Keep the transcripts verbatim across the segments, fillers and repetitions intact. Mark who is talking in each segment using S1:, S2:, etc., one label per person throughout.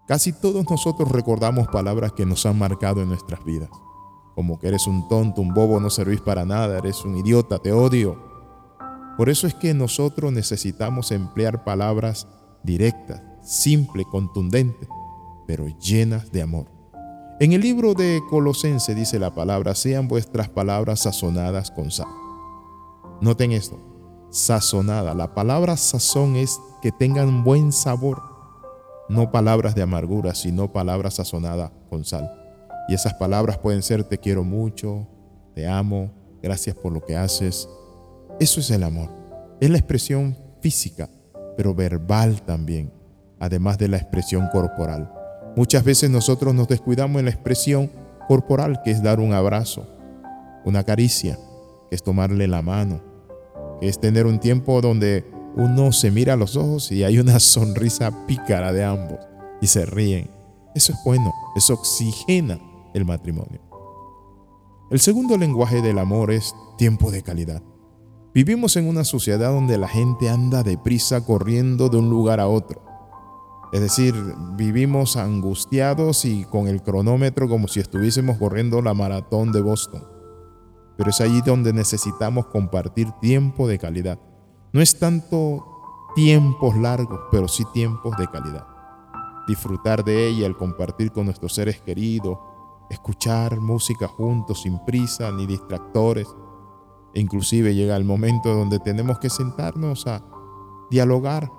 S1: Casi todos nosotros recordamos palabras que nos han marcado en nuestras vidas, como que eres un tonto, un bobo, no servís para nada, eres un idiota, te odio. Por eso es que nosotros necesitamos emplear palabras directas, simples, contundentes, pero llenas de amor. En el libro de Colosenses dice la palabra: sean vuestras palabras sazonadas con sal. Noten esto, sazonada. La palabra sazón es que tengan buen sabor. No palabras de amargura, sino palabras sazonadas con sal. Y esas palabras pueden ser: te quiero mucho, te amo, gracias por lo que haces. Eso es el amor. Es la expresión física, pero verbal también, además de la expresión corporal. Muchas veces nosotros nos descuidamos en la expresión corporal, que es dar un abrazo, una caricia, que es tomarle la mano, que es tener un tiempo donde uno se mira a los ojos y hay una sonrisa pícara de ambos y se ríen. Eso es bueno, eso oxigena el matrimonio. El segundo lenguaje del amor es tiempo de calidad. Vivimos en una sociedad donde la gente anda deprisa corriendo de un lugar a otro. Es decir, vivimos angustiados y con el cronómetro como si estuviésemos corriendo la maratón de Boston. Pero es allí donde necesitamos compartir tiempo de calidad. No es tanto tiempos largos, pero sí tiempos de calidad. Disfrutar de ella, el compartir con nuestros seres queridos, escuchar música juntos sin prisa ni distractores. E inclusive llega el momento donde tenemos que sentarnos a dialogar,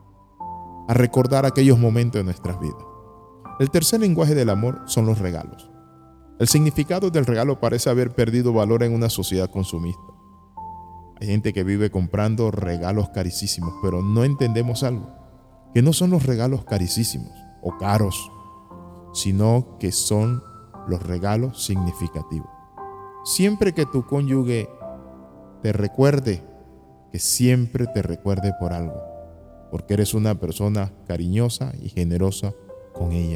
S1: a recordar aquellos momentos de nuestras vidas. El tercer lenguaje del amor son los regalos. El significado del regalo parece haber perdido valor en una sociedad consumista. Hay gente que vive comprando regalos carísimos, pero no entendemos algo, que no son los regalos carísimos o caros, sino que son los regalos significativos. Siempre que tu cónyuge te recuerde, que siempre te recuerde por algo, porque eres una persona cariñosa y generosa con ella.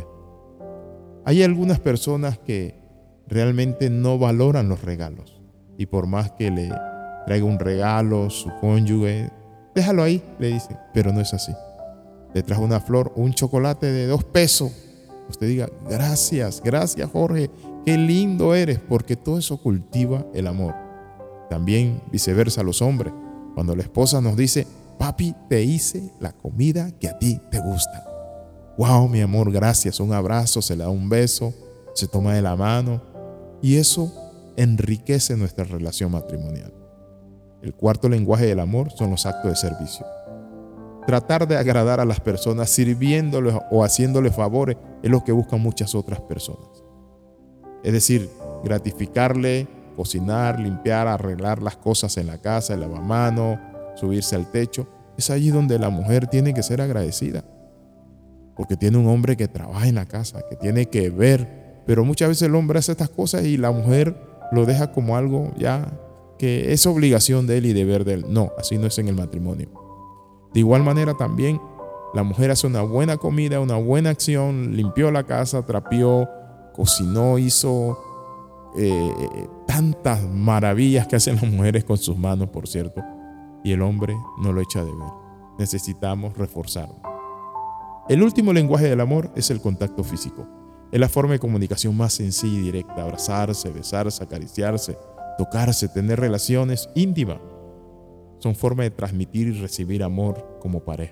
S1: Hay algunas personas que realmente no valoran los regalos y por más que le traiga un regalo su cónyuge, déjalo ahí, le dicen, pero no es así. Le trajo una flor o un chocolate de dos pesos. Usted diga: gracias, gracias Jorge, qué lindo eres, porque todo eso cultiva el amor. También viceversa los hombres. Cuando la esposa nos dice: papi, te hice la comida que a ti te gusta. Wow, mi amor, gracias. Un abrazo, se le da un beso, se toma de la mano y eso enriquece nuestra relación matrimonial. El cuarto lenguaje del amor son los actos de servicio. Tratar de agradar a las personas sirviéndoles o haciéndoles favores es lo que buscan muchas otras personas. Es decir, gratificarle, cocinar, limpiar, arreglar las cosas en la casa, el lavamanos, subirse al techo. Es allí donde la mujer tiene que ser agradecida, porque tiene un hombre que trabaja en la casa, que tiene que ver, pero muchas veces el hombre hace estas cosas y la mujer lo deja como algo ya que es obligación de él y deber de él. No, así no es en el matrimonio. De igual manera también la mujer hace una buena comida, una buena acción, limpió la casa, trapeó, cocinó, hizo eh, tantas maravillas que hacen las mujeres con sus manos, por cierto, y el hombre no lo echa de ver. Necesitamos reforzarlo. El último lenguaje del amor es el contacto físico. Es la forma de comunicación más sencilla y directa: abrazarse, besarse, acariciarse, tocarse, tener relaciones íntimas. Son formas de transmitir y recibir amor como pareja.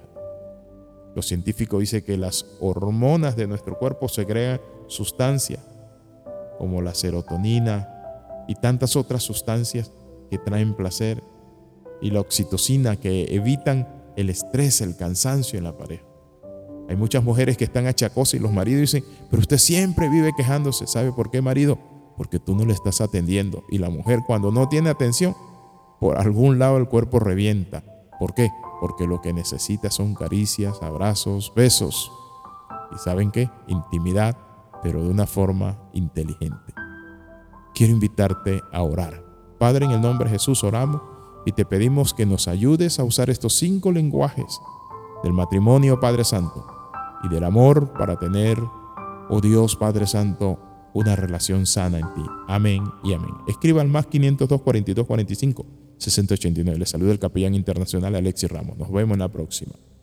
S1: Los científicos dicen que las hormonas de nuestro cuerpo segregan sustancias como la serotonina y tantas otras sustancias que traen placer, y la oxitocina, que evitan el estrés, el cansancio en la pareja. Hay muchas mujeres que están achacosas y los maridos dicen: pero usted siempre vive quejándose. ¿Sabe por qué, marido? Porque tú no le estás atendiendo. Y la mujer, cuando no tiene atención, por algún lado el cuerpo revienta. ¿Por qué? Porque lo que necesita son caricias, abrazos, besos. ¿Y saben qué? Intimidad, pero de una forma inteligente. Quiero invitarte a orar. Padre, en el nombre de Jesús oramos y te pedimos que nos ayudes a usar estos cinco lenguajes del matrimonio, Padre Santo, y del amor para tener, oh Dios, Padre Santo, una relación sana en ti. Amén y amén. Escriba al más quinientos dos, cuarenta y dos, cuarenta y cinco, sesenta ochenta y nueve. Les saluda el capellán internacional Alexis Ramos. Nos vemos en la próxima.